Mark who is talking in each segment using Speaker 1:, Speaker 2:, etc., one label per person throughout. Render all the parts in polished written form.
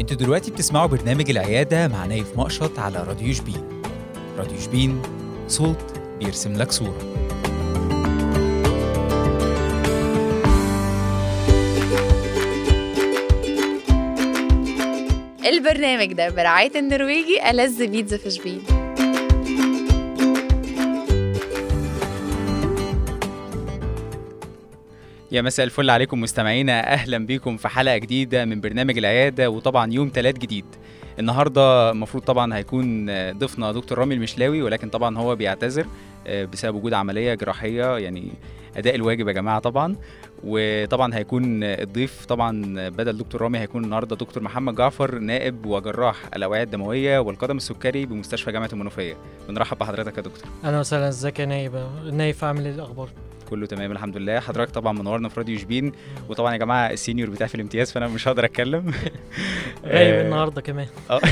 Speaker 1: انتوا دلوقتي بتسمعوا برنامج العيادة مع نايف مقشط على راديو شبين. راديو شبين، صوت بيرسم لك صورة.
Speaker 2: البرنامج ده برعاية النرويجي ألذ بيتزا في شبين.
Speaker 1: يا مساء الفل عليكم مستمعينا، أهلا بيكم في حلقة جديدة من برنامج العيادة، وطبعا يوم 3 جديد. النهاردة المفروض طبعا هيكون ضيفنا دكتور رامي المشلاوي، ولكن طبعا هو بيعتذر بسبب وجود عملية جراحية، يعني أداء الواجب يا جماعة طبعا. وطبعا هيكون الضيف طبعا بدل دكتور رامي هيكون النهارده دكتور محمد جعفر، نائب وجراح الأوعية الدموية والقدم السكري بمستشفى جامعة المنوفية. بنرحب بحضرتك يا دكتور.
Speaker 3: اهلا وسهلا. ازيك يا نايف عامل ايه الاخبار؟
Speaker 1: كله تمام الحمد لله. حضرتك طبعا منورنا في راديو شبين، وطبعا يا جماعه السينيور بتاعي في الامتياز فانا مش هقدر اتكلم.
Speaker 3: غايب النهارده كمان.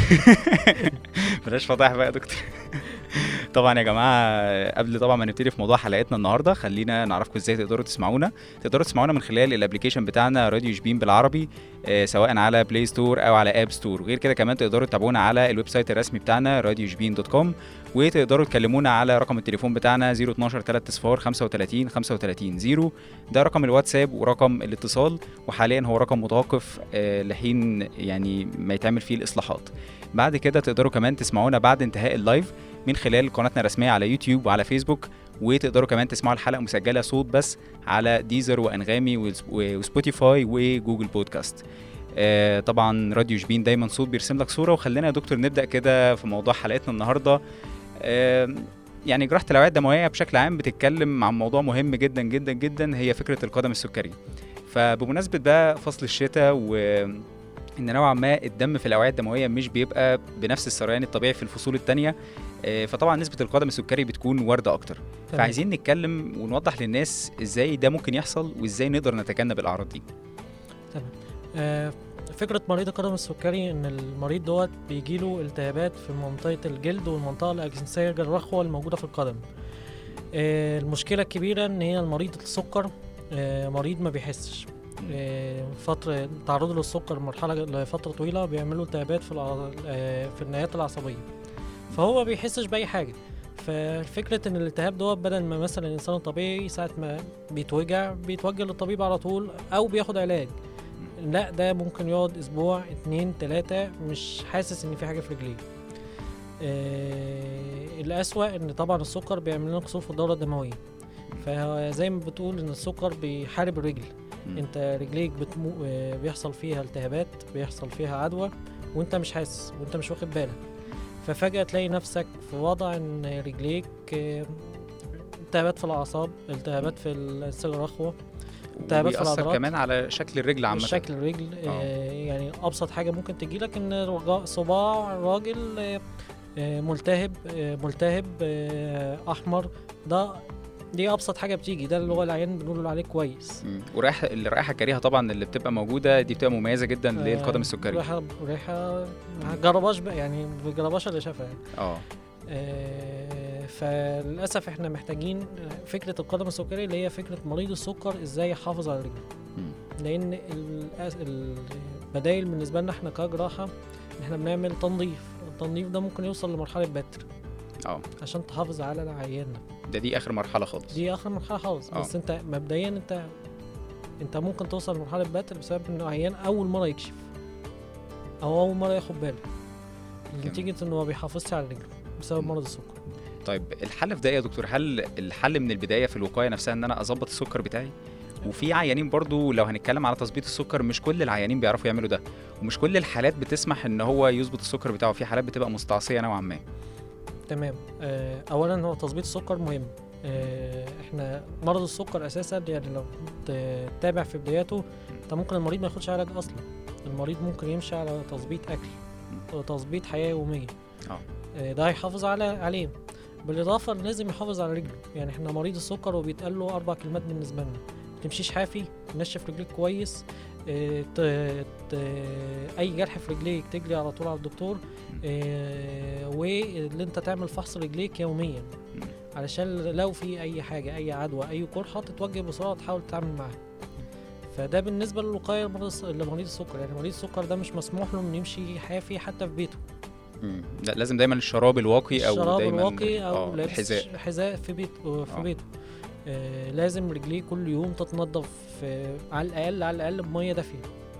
Speaker 1: بلاش فضايح بقى يا دكتور. طبعا يا جماعه قبل طبعا ما نبتدي في موضوع حلقتنا النهارده، خلينا نعرفكم ازاي تقدروا تسمعونا من خلال الابلكيشن بتاعنا راديو شبين بالعربي، سواء على بلاي ستور او على اب ستور. غير كده كمان تقدروا تتابعونا على الويب سايت الرسمي بتاعنا radioshbin.com، وتقدروا تكلمونا على رقم التليفون بتاعنا 012 3 35 35 0. ده رقم الواتساب ورقم الاتصال، وحاليا هو رقم متوقف لحين يعني ما يتعمل فيه الاصلاحات. بعد كده تقدروا كمان تسمعونا بعد انتهاء اللايف من خلال قناتنا الرسميه على يوتيوب وعلى فيسبوك، وتقدروا كمان تسمعوا الحلقه مسجله صوت بس على ديزر وانغامي وسبوتيفاي وجوجل بودكاست. طبعا راديو شبين دايما صوت بيرسم لك صوره. وخلينا يا دكتور نبدا كده في موضوع حلقتنا النهارده. يعني جراحه الاوعيه الدمويه بشكل عام بتتكلم عن موضوع مهم جدا جدا جدا، هي فكره القدم السكري. فبمناسبه بقى فصل الشتاء ان نوعا ما الدم في الاوعيه الدمويه مش بيبقى بنفس السريان الطبيعي في الفصول التانية، فطبعا نسبه القدم السكري بتكون وارده اكتر. فعايزين نتكلم ونوضح للناس ازاي ده ممكن يحصل وازاي نقدر نتجنب الاعراض دي.
Speaker 3: تمام. فكره مريض القدم السكري ان المريض دوت بيجيله التهابات في منطقه الجلد والمنطقه الاجنسيه الرخوه الموجوده في القدم. المشكله الكبيره ان هي المريض السكر مريض ما بيحسش. فتره تعرضه للسكر لفتره طويله بيعملوا التهابات في النهايات العصبيه، فهو ما بيحسش باي حاجه. ففكره ان الالتهاب دوت بدل ما مثلا الانسان الطبيعي ساعه ما بيتوجه للطبيب على طول او بياخد علاج، لا ده ممكن يقعد اسبوع 2 3 مش حاسس ان في حاجه في رجليه. الاسوأ ان طبعا السكر بيعمل لنا قصور في الدوره الدمويه، فزي ما بتقول ان السكر بيحارب الرجل. انت رجليك بيحصل فيها التهابات، بيحصل فيها عدوى وانت مش حاسس وانت مش واخد بالك، ففجأة تلاقي نفسك في وضع ان رجليك التهابات في الاعصاب، التهابات في السلة الرخوة، التهابات في العضلات،
Speaker 1: كمان على شكل الرجل عامة.
Speaker 3: شكل الرجل يعني ابسط حاجة ممكن تجيلك ان صباع راجل ملتهب احمر. دي ابسط حاجه بتيجي، ده اللي هو العيان بنقول عليه كويس.
Speaker 1: الرائحه الكريهه طبعا اللي بتبقى موجوده دي بتبقى مميزه جدا للقدم السكري.
Speaker 3: ريحه جرباش بقى، يعني بجرباش اللي شافها فللاسف احنا محتاجين فكره القدم السكري اللي هي فكره مريض السكر ازاي يحافظ على رجله. لان البدايل بالنسبه لنا احنا كجراحه احنا بنعمل التنظيف ده ممكن يوصل لمرحله بتر عشان تحافظ على العيان.
Speaker 1: دي اخر مرحله خالص.
Speaker 3: بس انت مبدئيا انت ممكن توصل لمرحله بتر بسبب ان العيان اول مره يكشف او اول مره ياخد باله نتيجه انه ما بيحافظش على رجله بسبب مرض السكر.
Speaker 1: طيب الحل في ده يا دكتور، هل الحل من البدايه في الوقايه نفسها ان انا اظبط السكر بتاعي؟ وفي عيانين برضو لو هنتكلم على تظبيط السكر مش كل العيانين بيعرفوا يعملوا ده، ومش كل الحالات بتسمح ان هو يظبط السكر بتاعه، في حالات بتبقى مستعصيه نوعا ما.
Speaker 3: تمام. اولا هو تظبيط السكر مهم. احنا مرض السكر اساسا يعني لو تتابع في بداياته انت ممكن المريض ما ياخدش علاج اصلا، المريض ممكن يمشي على تظبيط اكل وتظبيط حياه يوميه. ده هيحافظ عليه. بالاضافه لازم يحافظ على رجله. يعني احنا مريض السكر وبيتقال له 4 كلمات بالنسبه لنا: تمشيش حافي، نشف رجليك كويس، اي جرح في رجليك تجري على طول على الدكتور، واللي انت تعمل فحص رجليك يوميا علشان لو في اي حاجه اي عدوى اي قرحه تتوجه بسرعه تحاول تتعامل معاها. فده بالنسبه للوقايه لمريض السكر. يعني مريض السكر ده مش مسموح له انه يمشي حافي حتى في بيته.
Speaker 1: لا لازم دايما الشراب الواقي او
Speaker 3: الشراب
Speaker 1: دايما
Speaker 3: الواقي او
Speaker 1: الحذاء
Speaker 3: في بيته. لازم رجليه كل يوم تتنضف على الاقل بميه دافيه.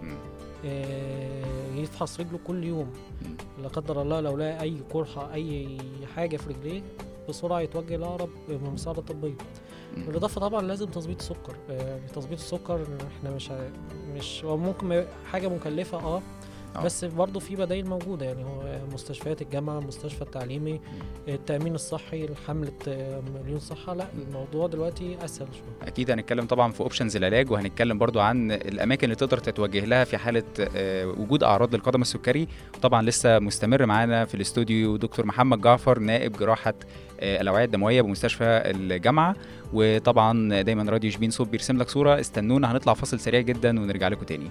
Speaker 3: يفحص رجله كل يوم، لا قدر الله لو لقى اي قرحه اي حاجه في رجليه بسرعه يتوجه لاقرب مساعده طبيه. بالاضافه طبعا لازم تظبيط السكر. تظبيط السكر احنا مش ممكن حاجه مكلفه بس برضه في بدائل موجوده. يعني هو مستشفيات الجامعه، المستشفى التعليمي، التامين الصحي، حمله مليون صحه. لا الموضوع دلوقتي اسهل شويه.
Speaker 1: اكيد هنتكلم طبعا في اوبشنز العلاج، وهنتكلم برضو عن الاماكن اللي تقدر تتوجه لها في حاله وجود اعراض للقدم السكري. طبعا لسه مستمر معانا في الاستوديو دكتور محمد جعفر، نائب جراحه الاوعيه الدمويه بمستشفى الجامعه. وطبعا دايما راديو شبين صوت بيرسم لك صوره. استنونا، هنطلع فاصل سريع جدا ونرجع لكم تاني.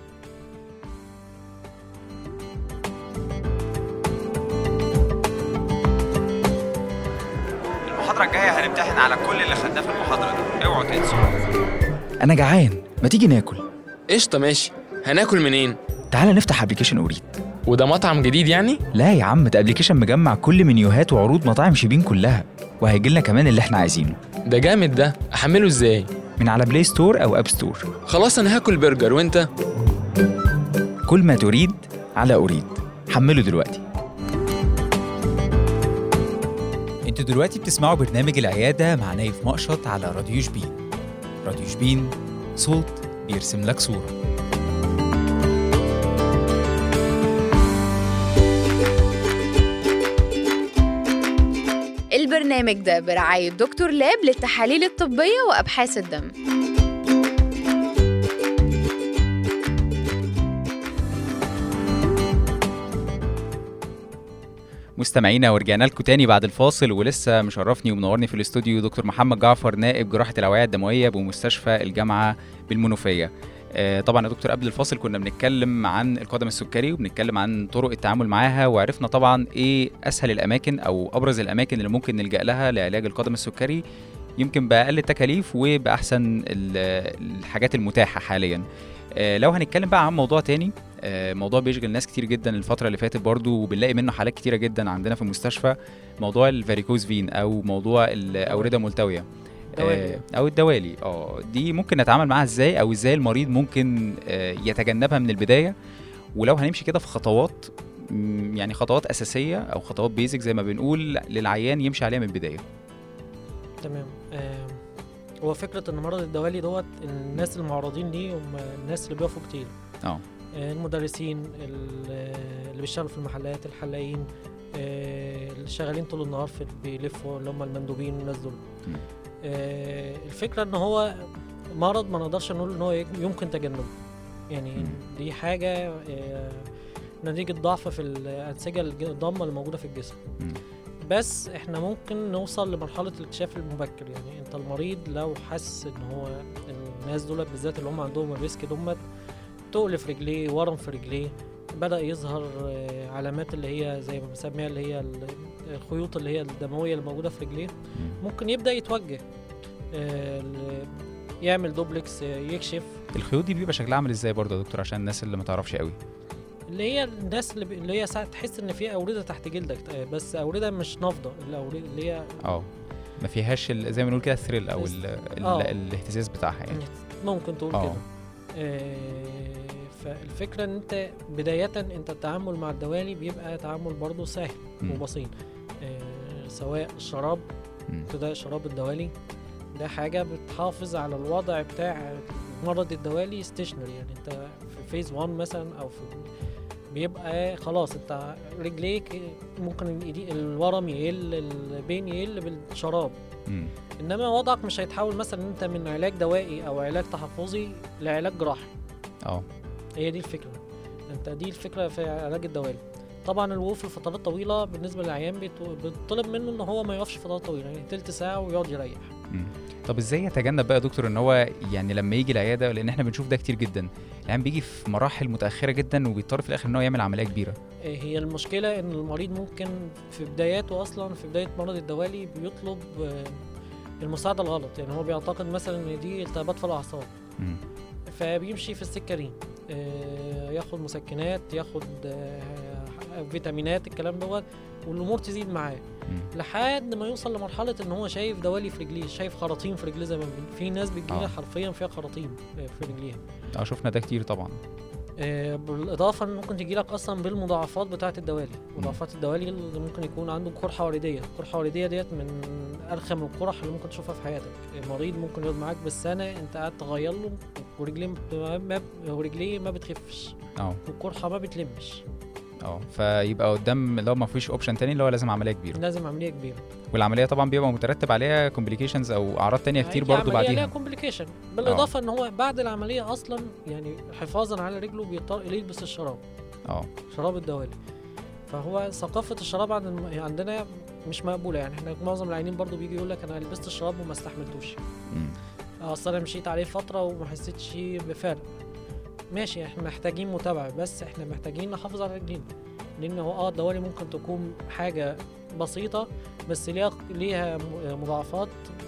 Speaker 1: المحاضرة الجاية هنمتحن على كل اللي خدناه في المحاضرة دي، اوعوا تنسوا. أنا جعان، ما تيجي ناكل؟
Speaker 4: قشطة ماشي، هناكل منين؟
Speaker 1: تعالى نفتح ابلكيشن أوريد.
Speaker 4: وده مطعم جديد يعني؟
Speaker 1: لا يا عم، ده ابلكيشن مجمع كل منيوهات وعروض مطاعم شبين كلها، وهيجيلنا كمان اللي احنا عايزينه.
Speaker 4: ده جامد ده، أحمله ازاي؟
Speaker 1: من على بلاي ستور أو أب ستور.
Speaker 4: خلاص أنا هاكل برجر، وانت؟
Speaker 1: كل ما تريد على أوريد، حمله دلوقتي. انتوا دلوقتي بتسمعوا برنامج العيادة مع نايف مقشط على راديو شبين. راديو شبين، صوت بيرسم لك صورة.
Speaker 2: البرنامج ده برعاية دكتور لاب للتحاليل الطبية وأبحاث الدم.
Speaker 1: مستمعينا، ورجعنا لكم تاني بعد الفاصل، ولسه مشرفني ومنورني في الاستوديو دكتور محمد جعفر، نائب جراحة الأوعية الدموية بمستشفى الجامعة بالمنوفية. طبعا يا دكتور قبل الفاصل كنا بنتكلم عن القدم السكري وبنتكلم عن طرق التعامل معاها، وعرفنا طبعا ايه اسهل الاماكن او ابرز الاماكن اللي ممكن نلجأ لها لعلاج القدم السكري، يمكن باقل التكاليف وباحسن الحاجات المتاحة حاليا. لو هنتكلم بقى عن موضوع تاني، موضوع بيشغل ناس كتير جدا الفترة اللي فاتت برضو، وبنلاقي منه حالات كتيرة جدا عندنا في المستشفى، موضوع الفاريكوز فين او موضوع الأوردة الملتوية او الدوالي. دي ممكن نتعامل معاها ازاي، او ازاي المريض ممكن يتجنبها من البداية؟ ولو هنمشي كده في خطوات، يعني خطوات اساسية او خطوات بيزك زي ما بنقول للعيان يمشي عليها من البداية.
Speaker 3: تمام. هو فكرة ان مرض الدوالي دوت الناس المعرضين ليه هم الناس اللي بيقفوا كتير، المدرسين اللي بيشتغلوا في المحلات، الحلاقين، اللي شغالين طول النهار بيلفوا، اللي هم المندوبين والناس دول. الفكرة ان هو مرض ما نقدرش نقول ان هو يمكن تجنبه، يعني دي حاجة نتيجة ضعف في الأنسجة الضامة اللي موجودة في الجسم. بس احنا ممكن نوصل لمرحلة الاكتشاف المبكر. يعني انت المريض لو حس ان هو الناس دول بالذات اللي هم عندهم الريسك دوت، تقل في رجليه، ورم في رجليه، بدأ يظهر علامات اللي هي زي ما بنسميها اللي هي الخيوط اللي هي الدموية اللي موجودة في رجليه، ممكن يبدأ يتوجه يعمل دوبلكس، يكشف.
Speaker 1: الخيوط دي بيبقى شكلها عامل ازاي برضه يا دكتور، عشان الناس اللي ما تعرفش قوي؟
Speaker 3: اللي هي الناس اللي هي ساعات تحس ان في أوردة تحت جلدك، بس أوردة مش نافضة، الأوردة اللي هي
Speaker 1: ما فيهاش زي ما نقول كده الثريل او الاهتزاز بتاعها، يعني
Speaker 3: ممكن تقول كده. فالفكرة ان انت بداية انت التعامل مع الدوالي بيبقى تعامل برضو سهل وبسيط. سواء الشراب، ابتداء شراب الدوالي ده حاجة بتحافظ على الوضع بتاع مرض الدوالي ستيشنري. يعني انت في فيز 1 مثلا او في بيبقى خلاص انت رجليك ممكن الورم يقل، البين يقل بالشراب. انما وضعك مش هيتحول مثلا انت من علاج دوائي او علاج تحفظي لعلاج جراحي. هي دي الفكرة. انت دي الفكرة في علاج الدوالي. طبعا الوقوف لفترات طويلة بالنسبة للعيان بيطلب منه ان هو ما يقفش فترات طويلة، يعني تلت ساعة ويقعد يريح.
Speaker 1: طب ازاي يتجنب بقى يا دكتور ان هو يعني لما يجي العيادة، لان احنا بنشوف ده كتير جدا، يعني بيجي في مراحل متأخرة جدا وبيضطر في الاخر ان هو يعمل عملية كبيرة؟
Speaker 3: هي المشكلة ان المريض ممكن في بداياته اصلا، في بداية مرض الدوالي بيطلب المساعدة الغلط. يعني هو بيعتقد مثلا ان دي التهابات في الاعصاب، فبيمشي في السكه دي، ياخد مسكنات، ياخد فيتامينات، الكلام دوت، والامور تزيد معاه لحد ما يوصل لمرحله ان هو شايف دوالي في رجليه، شايف خراطيم في رجليه، زي ما في ناس بتجيلها حرفيا فيها خراطيم في رجليها.
Speaker 1: شفنا ده كتير طبعا.
Speaker 3: بالاضافه ان ممكن تجي لك اصلا بالمضاعفات بتاعه الدوالي. مضاعفات الدوالي اللي ممكن يكون عنده قرحه ورديه. القرحه الورديه ديت من ارخم القرح اللي ممكن تشوفها في حياتك. المريض ممكن يقعد معاك بالسنه انت قاعد تغير له ورجليه ما بتخفش، والقرحه ما بتلمش.
Speaker 1: فيبقى قدام اللي هو ما فيش اوبشن تاني، اللي هو لازم عمليه كبيره.
Speaker 3: لازم عمليه كبيره، والعمليه
Speaker 1: طبعا بيبقى مترتب عليها كومبليكيشنز او اعراض تانية كتير برضو بعديها.
Speaker 3: ليها كومبليكيشن بالاضافه ان هو بعد العمليه اصلا يعني حفاظا على رجله بيضطر يلبس الشراب. شراب الدوالي. فهو ثقافه الشراب عندنا مش مقبوله. يعني احنا معظم العيانين برضو بيجي يقول لك انا لبست الشراب وما استحملتوش. اصلا انا مشيت عليه فتره وما حسيتش بفرق. ماشي، احنا محتاجين متابعه، بس احنا محتاجين نحافظ على رجلينا، لان هو الدوالي ممكن تكون حاجه بسيطه بس ليها مضاعفات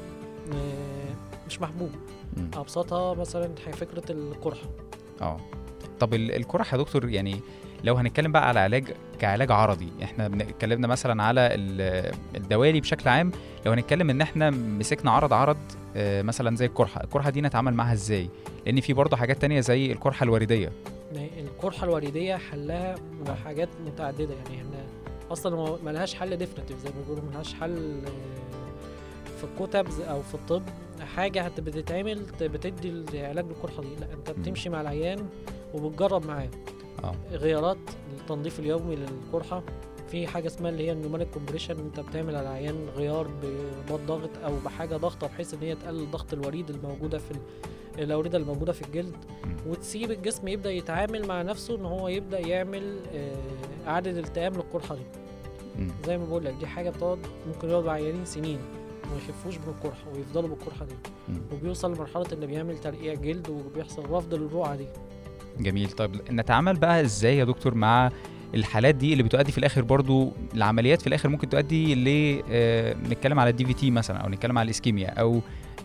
Speaker 3: مش محبوبه. ابسطها مثلا فكره القرحه.
Speaker 1: طب القرحه يا دكتور، يعني لو هنتكلم بقى على علاج كعلاج عرضي، احنا اتكلمنا مثلا على الدوالي بشكل عام. لو هنتكلم ان احنا مسكنا عرض مثلا زي القرحه دي نتعامل معها ازاي؟ لان في برضه حاجات تانية زي القرحه الوريديه.
Speaker 3: القرحه الوريديه حلها حاجات متعدده. يعني احنا اصلا ما لهاش حل ديفنتيف زي ما بيقولوا، ما لهاش حل في الكتب او في الطب. حاجه بتتعمل بتدي العلاج للقرحه دي، لا انت بتمشي مع العيان وبتجرب معاه غيارات التنظيف اليومي للقرحه. في حاجه اسمها اللي هي النيومانيك كومبريشن، انت بتعمل على العيان غيار بضغط او بحاجه ضغطه بحيث ان هي تقلل ضغط الوريد الموجوده في الاورده الموجوده في الجلد، وتسيب الجسم يبدا يتعامل مع نفسه ان هو يبدا يعمل اعاده التئام للقرحه دي. زي ما بقول لك دي حاجه بتقعد، ممكن يقعدوا عيانين سنين وما يخفوش من القرحه ويفضلوا بالقرحه دي، وبيوصل لمرحله ان بيعمل ترقيع جلد وبيحصل رفض للرقعه دي.
Speaker 1: جميل. طيب نتعامل بقى ازاي يا دكتور مع الحالات دي اللي بتؤدي في الاخر برضو العمليات في الاخر ممكن تؤدي نتكلم على الدي في تي مثلا، او نتكلم على الاسكيميا، او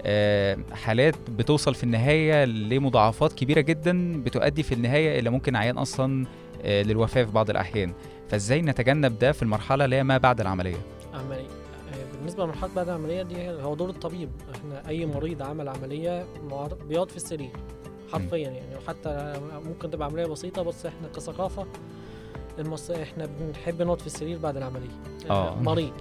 Speaker 1: حالات بتوصل في النهايه لمضاعفات كبيره جدا بتؤدي في النهايه الى ممكن عيان اصلا للوفاه في بعض الاحيان. فازاي نتجنب ده في المرحله اللي هي ما بعد العمليه؟
Speaker 3: بالنسبه لمرحله بعد العمليه دي هو دور الطبيب. احنا اي مريض عمل عمليه بيقعد في السرير حرفيا، يعني حتى ممكن تبقى عمليه بسيطه، بس احنا كثقافه احنا بنحب نقعد في السرير بعد العمليه. مريض،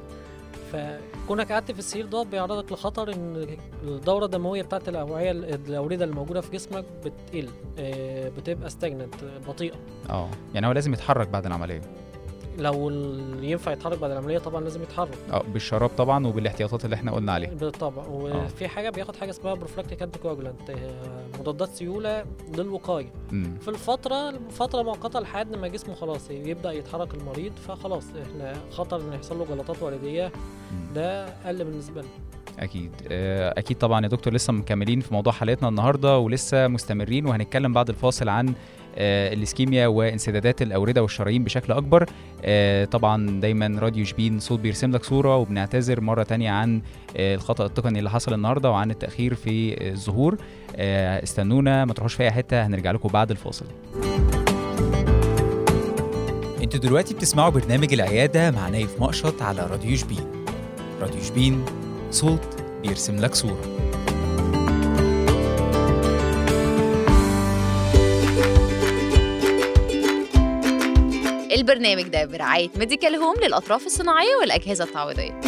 Speaker 3: فكونك قعدت في السرير ده بيعرضك لخطر ان الدوره الدمويه بتاعت الاورده الموجوده في جسمك بتقل، بتبقى ستاجننت، بطيئه.
Speaker 1: يعني هو لازم يتحرك بعد العمليه.
Speaker 3: لو ينفع يتحرك بعد العمليه طبعا لازم يتحرك.
Speaker 1: بالشراب طبعا وبالاحتياطات اللي احنا قلنا عليها.
Speaker 3: بالطبع. وفي حاجه بياخد حاجه اسمها بروفلاكتيك انتي كواجولانت، مضادات سيوله للوقايه في فتره مؤقته لحد ما جسمه خلاص يبدا يتحرك المريض، فخلاص احنا خطر ان يحصل له جلطات والديه ده قل بالنسبه لنا.
Speaker 1: اكيد طبعا يا دكتور. لسه مكملين في موضوع حلقتنا النهارده ولسه مستمرين، وهنتكلم بعد الفاصل عن الاسكيميا وانسدادات الاورده والشرايين بشكل اكبر. طبعا دايما راديو شبين صوت بيرسم لك صوره، وبنعتذر مره تانية عن الخطا التقني اللي حصل النهارده وعن التاخير في الظهور. استنونا، ما تروحوش في اي حته، هنرجع لكم بعد الفاصل. انتوا دلوقتي بتسمعوا برنامج العياده مع نايف مقشط على راديو شبين. راديو شبين صوت بيرسم لك صوره.
Speaker 2: البرنامج ده برعاية ميديكال هوم للأطراف الصناعية والأجهزة التعويضية.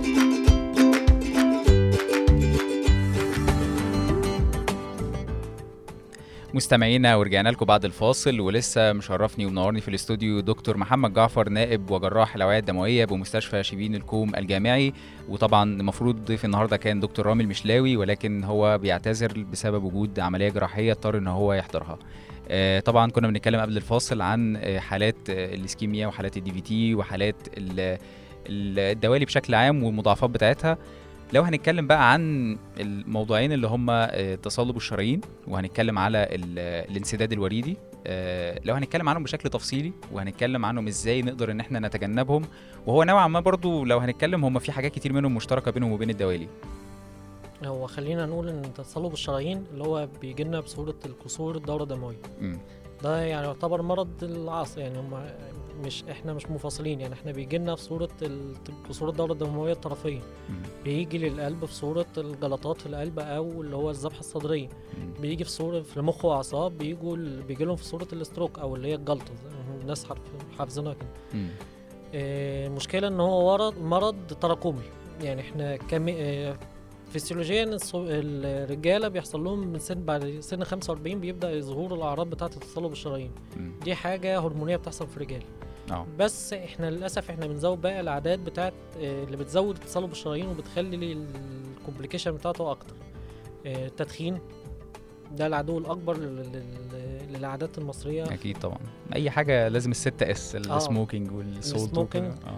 Speaker 1: مستمعينا، ورجعنا لكم بعد الفاصل، ولسه مشرفني ومنورني في الاستوديو دكتور محمد جعفر، نائب وجراح الأوعية الدموية بمستشفى شبين الكوم الجامعي. وطبعا المفروض ضيف النهارده كان دكتور رامي المشلاوي، ولكن هو بيعتذر بسبب وجود عملية جراحية اضطر ان هو يحضرها. طبعا كنا بنتكلم قبل الفاصل عن حالات الاسكيميا وحالات الدي في تي وحالات الدوالي بشكل عام والمضاعفات بتاعتها. لو هنتكلم بقى عن الموضوعين اللي هم تصلب الشرايين، وهنتكلم على الانسداد الوريدي، لو هنتكلم عنهم بشكل تفصيلي وهنتكلم عنهم ازاي نقدر ان احنا نتجنبهم، وهو نوعا ما برضو لو هنتكلم هم في حاجات كتير منهم مشتركة بينهم وبين الدوالي.
Speaker 3: هو خلينا نقول ان تصلب الشرايين اللي هو بيجي لنا بصوره الكسور الدوره الدمويه، ده يعني يعتبر مرض العصر، يعني احنا مش منفصلين، يعني احنا بيجي لنا في صوره كسور الدوره الدمويه الطرفيه، بيجي للقلب في صوره الجلطات في القلب او اللي هو الذبحه الصدريه، بيجي في صوره في المخ واعصاب، بيجي لهم في صوره الاستروك او اللي هي الجلطه، الناس حافظينها كده. المشكله ان هو مرض تراكمي، يعني احنا فسيولوجيا الرجاله بيحصل لهم من بعد سن 45 بيبدا ظهور الاعراض بتاعه تصلب الشرايين. دي حاجه هرمونيه بتحصل في الرجال. بس احنا للاسف بنزود بقى العادات بتاعه اللي بتزود تصلب الشرايين وبتخلي الكومبليكيشن بتاعته اكتر. التدخين ده العدو الاكبر للعادات المصريه.
Speaker 1: اكيد طبعا، اي حاجه لازم ال6 اس، السموكينج والسولت،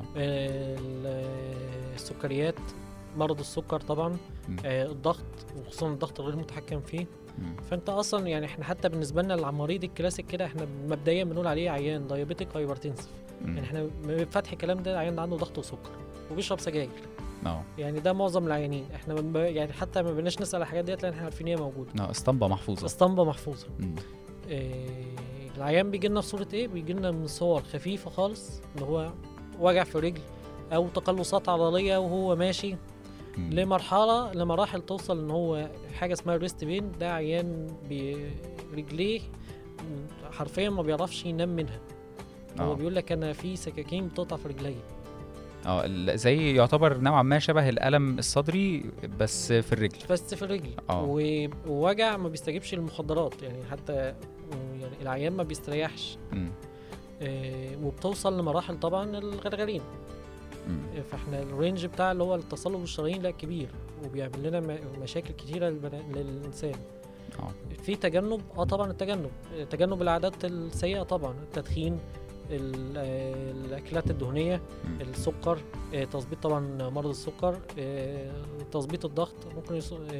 Speaker 3: السكريات، مرض السكر طبعا، الضغط وخصوصا الضغط الغير متحكم فيه. فانت اصلا يعني احنا حتى بالنسبه لنا المريض الكلاسيك كده احنا مبدئيا بنقول عليه عيان دايابيتيك هايبرتنسف، يعني احنا بفتح الكلام ده العيان ده عنده ضغط وسكر وبيشرب سجاير. يعني ده معظم العيانين، احنا يعني حتى ما بناش نسال الحاجات ديت لان احنا عارفين هي موجوده.
Speaker 1: اسطمبه محفوظه.
Speaker 3: العيان بيجي لنا في صوره ايه؟ بيجي لنا من صور خفيفه خالص اللي هو وجع في رجل او تقلصات عضليه وهو ماشي، لمراحل توصل ان هو حاجه اسمها ريست بين. ده عيان برجليه حرفيا ما بيعرفش ينام منها. هو بيقول لك انا في سكاكين بتقطع في رجلي.
Speaker 1: زي يعتبر نوعا ما شبه الالم الصدري بس في الرجل.
Speaker 3: ووجع ما بيستجيبش للمخدرات، يعني حتى يعني العيان ما بيستريحش. وبتوصل لمراحل طبعا الغرغرين. فاحنا الرينج بتاع اللي هو التصلب الشرايين لا كبير وبيعمل لنا مشاكل كتيره للانسان. في تجنب طبعا، التجنب العادات السيئه طبعا، التدخين، الاكلات الدهنيه، السكر، تظبيط طبعا مرض السكر، تظبيط الضغط، ممكن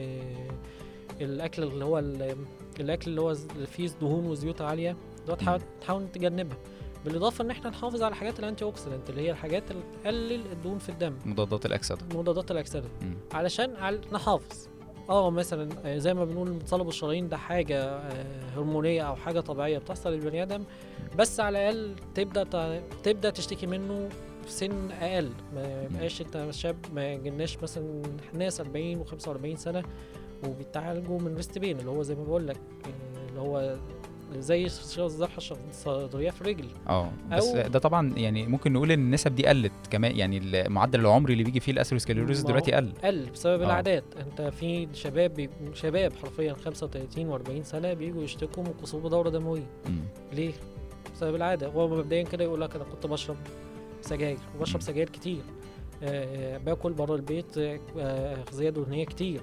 Speaker 3: الاكل اللي هو فيه دهون وزيوت عاليه ده تحاول تجنبها، بالاضافه ان احنا نحافظ على حاجات الانتي اوكسيدنت اللي هي الحاجات اللي تقلل الدهون في الدم،
Speaker 1: مضادات الاكسده
Speaker 3: علشان نحافظ. مثلا زي ما بنقول تصلب الشرايين ده حاجه هرمونيه او حاجه طبيعيه بتحصل للبني ادم، بس على الاقل تبدا تشتكي منه في سن اقل، ما يبقاش انت شاب، ما جناش مثلا ناس 40 و45 سنه وبيتعالجوا من ريست بين اللي هو زي ما بقول لك اللي هو زي الذبحه الصدريه في الرجل.
Speaker 1: بس ده طبعا يعني ممكن نقول ان النسب دي قلت كمان، يعني المعدل العمري اللي بيجي فيه الاسيروسكليروزس دلوقتي قل
Speaker 3: بسبب العادات. انت في شباب حرفيا 35 و40 سنه بيجوا يشتكوا من كسور دوره دمويه. ليه؟ بسبب العاده. هو مبدئيا كده يقول لك انا كنت بشرب سجاير وبشرب سجاير كتير، باكل بره البيت اغذيه دهنيه كتير.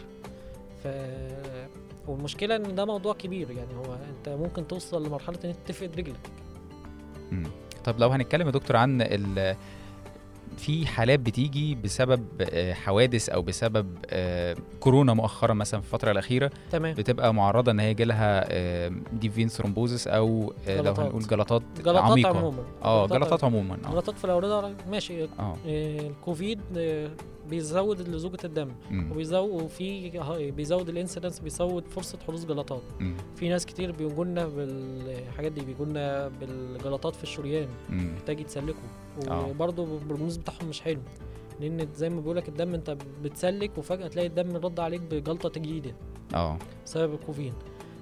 Speaker 3: والمشكله ان ده موضوع كبير، يعني هو انت ممكن توصل لمرحله ان انت تفقد رجلك.
Speaker 1: طب لو هنتكلم يا دكتور عن في حالات بتيجي بسبب حوادث او بسبب كورونا مؤخرا مثلا في الفتره الاخيره،
Speaker 3: تمام،
Speaker 1: بتبقى معرضه ان هي يجيلها ديب فين ثرومبوزس او لو هنقول جلطات عميقه
Speaker 3: عموما.
Speaker 1: جلطات عموما
Speaker 3: جلطات في الاورده ماشي. الكوفيد بيزود لزوجة الدم بيزود الانسيدنس، بيزود فرصة حدوث جلطات. في ناس كتير بيجولنا بالحاجات دي، بيجولنا بالجلطات في الشريان، محتاج يتسلكوا، وبرضه البروجنوز بتاعهم مش حلو، لان زي ما بيقولك الدم انت بتسلك وفجأة تلاقي الدم رد عليك بجلطة جديدة بسبب الكوفيد.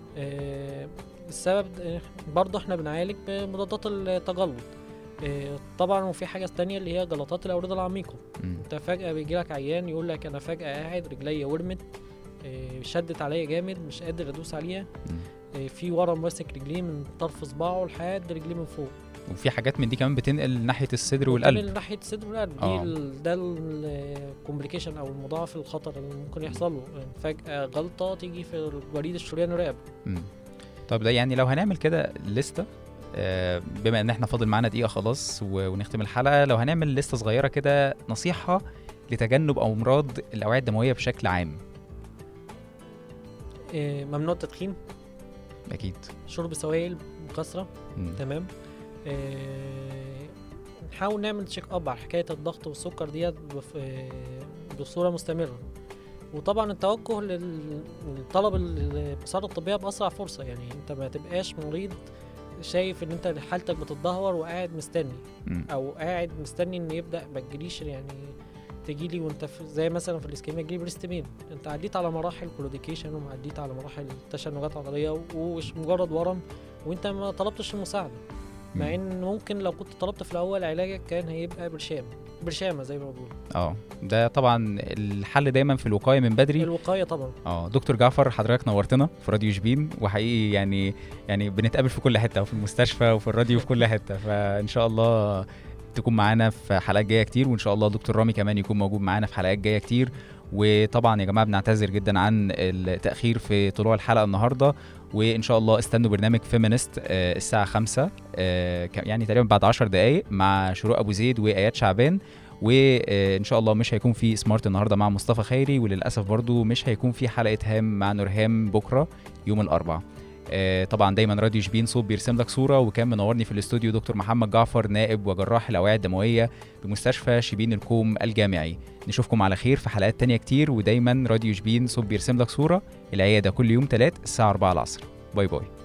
Speaker 3: السبب برضه احنا بنعالج بمضادات التجلط طبعا. وفي حاجه ثانيه اللي هي جلطات الاورده العميقه. انت فجاه بيجي لك عيان يقول لك انا فجاه قاعد رجلي ورمت، شدت عليا جامد مش قادر ادوس عليها، في ورم ماسك رجليه من طرف صباعه لحد رجليه من فوق.
Speaker 1: وفي حاجات من دي كمان بتنقل ناحيه الصدر والقلب.
Speaker 3: ناحيه الصدر والقلب ده الكومبليكيشن او المضاعف الخطر اللي ممكن يحصل له، فجاه جلطه تيجي في وريد الشريان الرئوي.
Speaker 1: طب ده يعني لو هنعمل كده لسته، بما ان احنا فاضل معانا دقيقه خلاص ونختم الحلقه، لو هنعمل لسته صغيره كده نصيحه لتجنب امراض الاوعيه الدمويه بشكل عام.
Speaker 3: ممنوع التدخين
Speaker 1: اكيد،
Speaker 3: شرب سوائل بكثره، تمام. نحاول نعمل تشيك اب على حكايه الضغط والسكر ديت بصوره مستمره. وطبعا التوجه للطلب المساعدة الطبية بأسرع فرصة. يعني انت ما تبقاش مريض شايف ان انت حالتك بتتدهور وقاعد مستني او قاعد مستني ان يبدأ ما تجيليش، يعني تجيلي وانت زي مثلا في الاسكيميا تجيلي بريستمين، انت عديت على مراحل كلوديكيشن وعديت على مراحل تشنجات عضلية ومش مجرد ورم وانت ما طلبتش المساعدة، مع ان ممكن لو كنت طلبت في الاول علاجك كان هيبقى برشامة زي ما بقول.
Speaker 1: ده طبعا الحل دايما في الوقايه من بدري،
Speaker 3: الوقايه طبعا.
Speaker 1: دكتور جعفر حضرتك نورتنا في راديو شبين، وحقيقي يعني بنتقابل في كل حته وفي المستشفى وفي الراديو في كل حته، فان شاء الله تكون معانا في حلقات جايه كتير، وان شاء الله دكتور رامي كمان يكون موجود معانا في حلقات جايه كتير. وطبعا يا جماعه بنعتذر جدا عن التاخير في طلوع الحلقه النهارده، وان شاء الله استنوا برنامج فيمينست الساعه 5 يعني تقريبا بعد 10 دقائق مع شروق ابو زيد وايات شعبان، وان شاء الله مش هيكون في سمارت النهارده مع مصطفى خيري، وللاسف برضو مش هيكون في حلقه هام مع نورهام بكره يوم الاربعاء. طبعا دايما راديو شبين صوت بيرسم لك صوره، وكان منورني في الاستوديو دكتور محمد جعفر نائب وجراح الاوعيه الدمويه بمستشفى شبين الكوم الجامعي. نشوفكم على خير في حلقات تانية كتير، ودايما راديو شبين صوت بيرسم لك صوره، العياده كل يوم 3 الساعه 4 العصر. باي باي.